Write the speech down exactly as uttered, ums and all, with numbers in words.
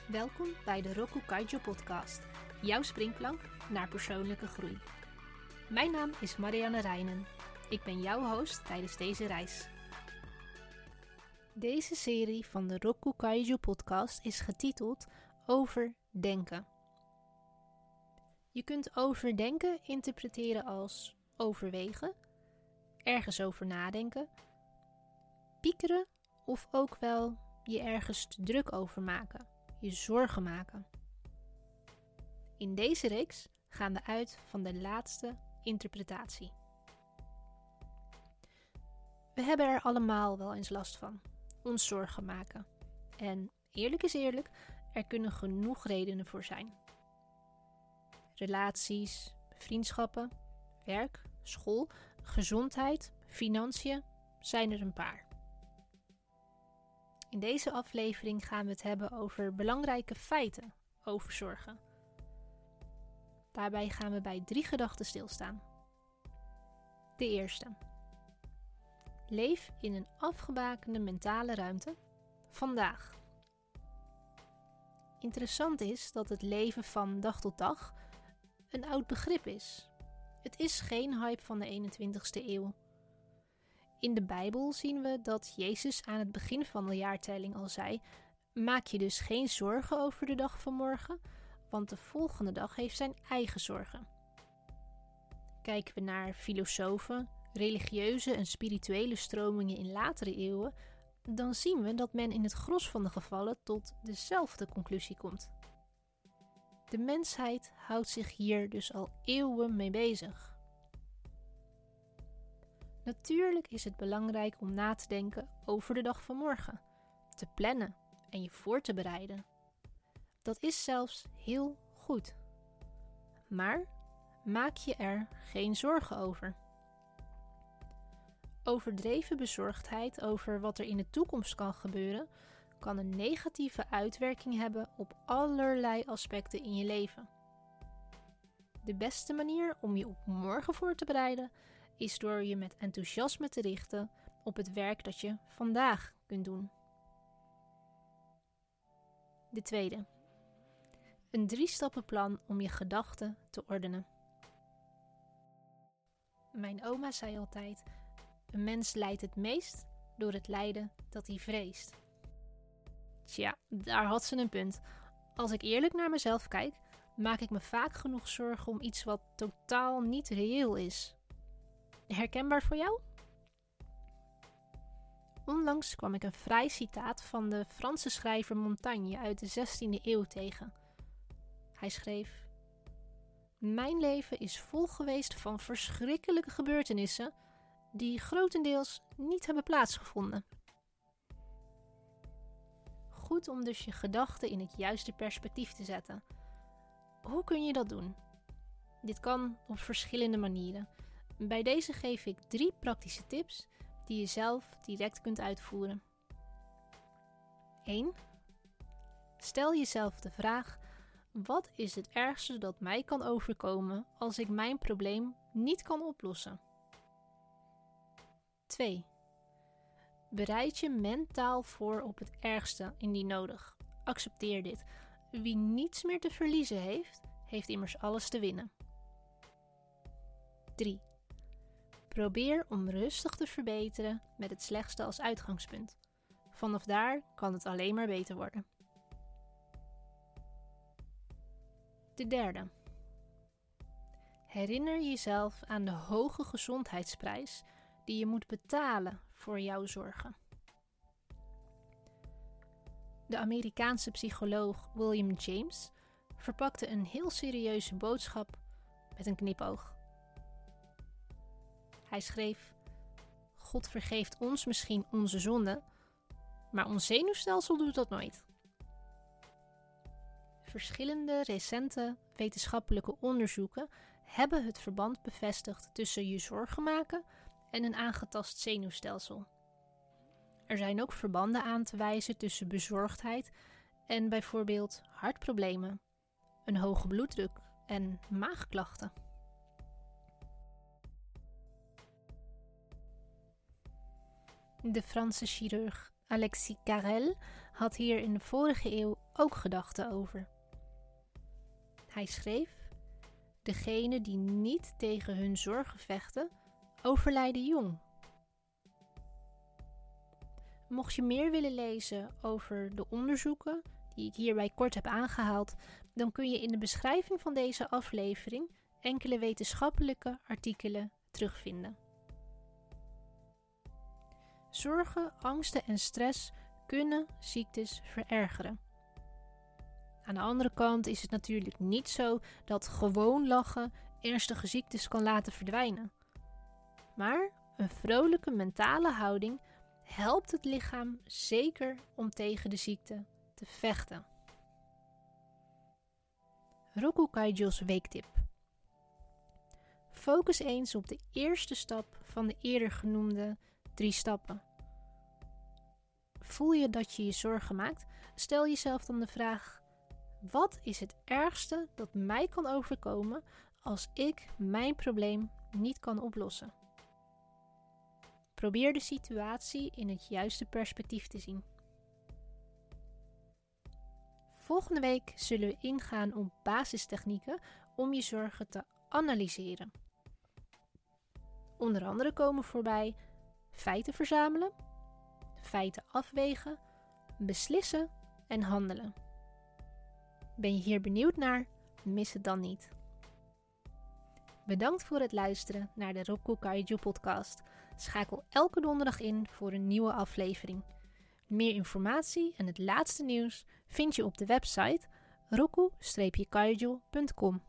Welkom bij de Roku Kaijo podcast, jouw springplank naar persoonlijke groei. Mijn naam is Marianne Reijnen. Ik ben jouw host tijdens deze reis. Deze serie van de Roku Kaijo podcast is getiteld Overdenken. Je kunt overdenken interpreteren als overwegen, ergens over nadenken, piekeren of ook wel je ergens te druk over maken, je zorgen maken. In deze reeks gaan we uit van de laatste interpretatie. We hebben er allemaal wel eens last van, ons zorgen maken. En eerlijk is eerlijk, er kunnen genoeg redenen voor zijn. Relaties, vriendschappen, werk, school, gezondheid, financiën zijn er een paar. In deze aflevering gaan we het hebben over belangrijke feiten over zorgen. Daarbij gaan we bij drie gedachten stilstaan. De eerste. Leef in een afgebakende mentale ruimte vandaag. Interessant is dat het leven van dag tot dag een oud begrip is. Het is geen hype van de eenentwintigste eeuw. In de Bijbel zien we dat Jezus aan het begin van de jaartelling al zei: maak je dus geen zorgen over de dag van morgen, want de volgende dag heeft zijn eigen zorgen. Kijken we naar filosofen, religieuze en spirituele stromingen in latere eeuwen, dan zien we dat men in het gros van de gevallen tot dezelfde conclusie komt. De mensheid houdt zich hier dus al eeuwen mee bezig. Natuurlijk is het belangrijk om na te denken over de dag van morgen, te plannen en je voor te bereiden. Dat is zelfs heel goed. Maar maak je er geen zorgen over. Overdreven bezorgdheid over wat er in de toekomst kan gebeuren, kan een negatieve uitwerking hebben op allerlei aspecten in je leven. De beste manier om je op morgen voor te bereiden is door je met enthousiasme te richten op het werk dat je vandaag kunt doen. De tweede. Een drie-stappenplan om je gedachten te ordenen. Mijn oma zei altijd: een mens lijdt het meest door het lijden dat hij vreest. Tja, daar had ze een punt. Als ik eerlijk naar mezelf kijk, maak ik me vaak genoeg zorgen om iets wat totaal niet reëel is. Herkenbaar voor jou? Onlangs kwam ik een vrij citaat van de Franse schrijver Montaigne uit de zestiende eeuw tegen. Hij schreef: mijn leven is vol geweest van verschrikkelijke gebeurtenissen die grotendeels niet hebben plaatsgevonden. Goed om dus je gedachten in het juiste perspectief te zetten. Hoe kun je dat doen? Dit kan op verschillende manieren. Bij deze geef ik drie praktische tips die je zelf direct kunt uitvoeren. één. Stel jezelf de vraag: wat is het ergste dat mij kan overkomen als ik mijn probleem niet kan oplossen? twee. Bereid je mentaal voor op het ergste indien nodig. Accepteer dit. Wie niets meer te verliezen heeft, heeft immers alles te winnen. drie. Probeer om rustig te verbeteren met het slechtste als uitgangspunt. Vanaf daar kan het alleen maar beter worden. De derde. Herinner jezelf aan de hoge gezondheidsprijs die je moet betalen voor jouw zorgen. De Amerikaanse psycholoog William James verpakte een heel serieuze boodschap met een knipoog. Hij schreef: God vergeeft ons misschien onze zonden, maar ons zenuwstelsel doet dat nooit. Verschillende recente wetenschappelijke onderzoeken hebben het verband bevestigd tussen je zorgen maken en een aangetast zenuwstelsel. Er zijn ook verbanden aan te wijzen tussen bezorgdheid en bijvoorbeeld hartproblemen, een hoge bloeddruk en maagklachten. De Franse chirurg Alexis Carrel had hier in de vorige eeuw ook gedachten over. Hij schreef: degenen die niet tegen hun zorgen vechten, overlijden jong. Mocht je meer willen lezen over de onderzoeken die ik hierbij kort heb aangehaald, dan kun je in de beschrijving van deze aflevering enkele wetenschappelijke artikelen terugvinden. Zorgen, angsten en stress kunnen ziektes verergeren. Aan de andere kant is het natuurlijk niet zo dat gewoon lachen ernstige ziektes kan laten verdwijnen. Maar een vrolijke mentale houding helpt het lichaam zeker om tegen de ziekte te vechten. Roku Kaijo's weektip. Focus eens op de eerste stap van de eerder genoemde drie stappen. Voel je dat je je zorgen maakt? Stel jezelf dan de vraag: wat is het ergste dat mij kan overkomen als ik mijn probleem niet kan oplossen? Probeer de situatie in het juiste perspectief te zien. Volgende week zullen we ingaan op basistechnieken om je zorgen te analyseren. Onder andere komen voorbij feiten verzamelen, feiten afwegen, beslissen en handelen. Ben je hier benieuwd naar? Mis het dan niet. Bedankt voor het luisteren naar de Roku Kaiju podcast. Schakel elke donderdag in voor een nieuwe aflevering. Meer informatie en het laatste nieuws vind je op de website roku dash kaiju punt com.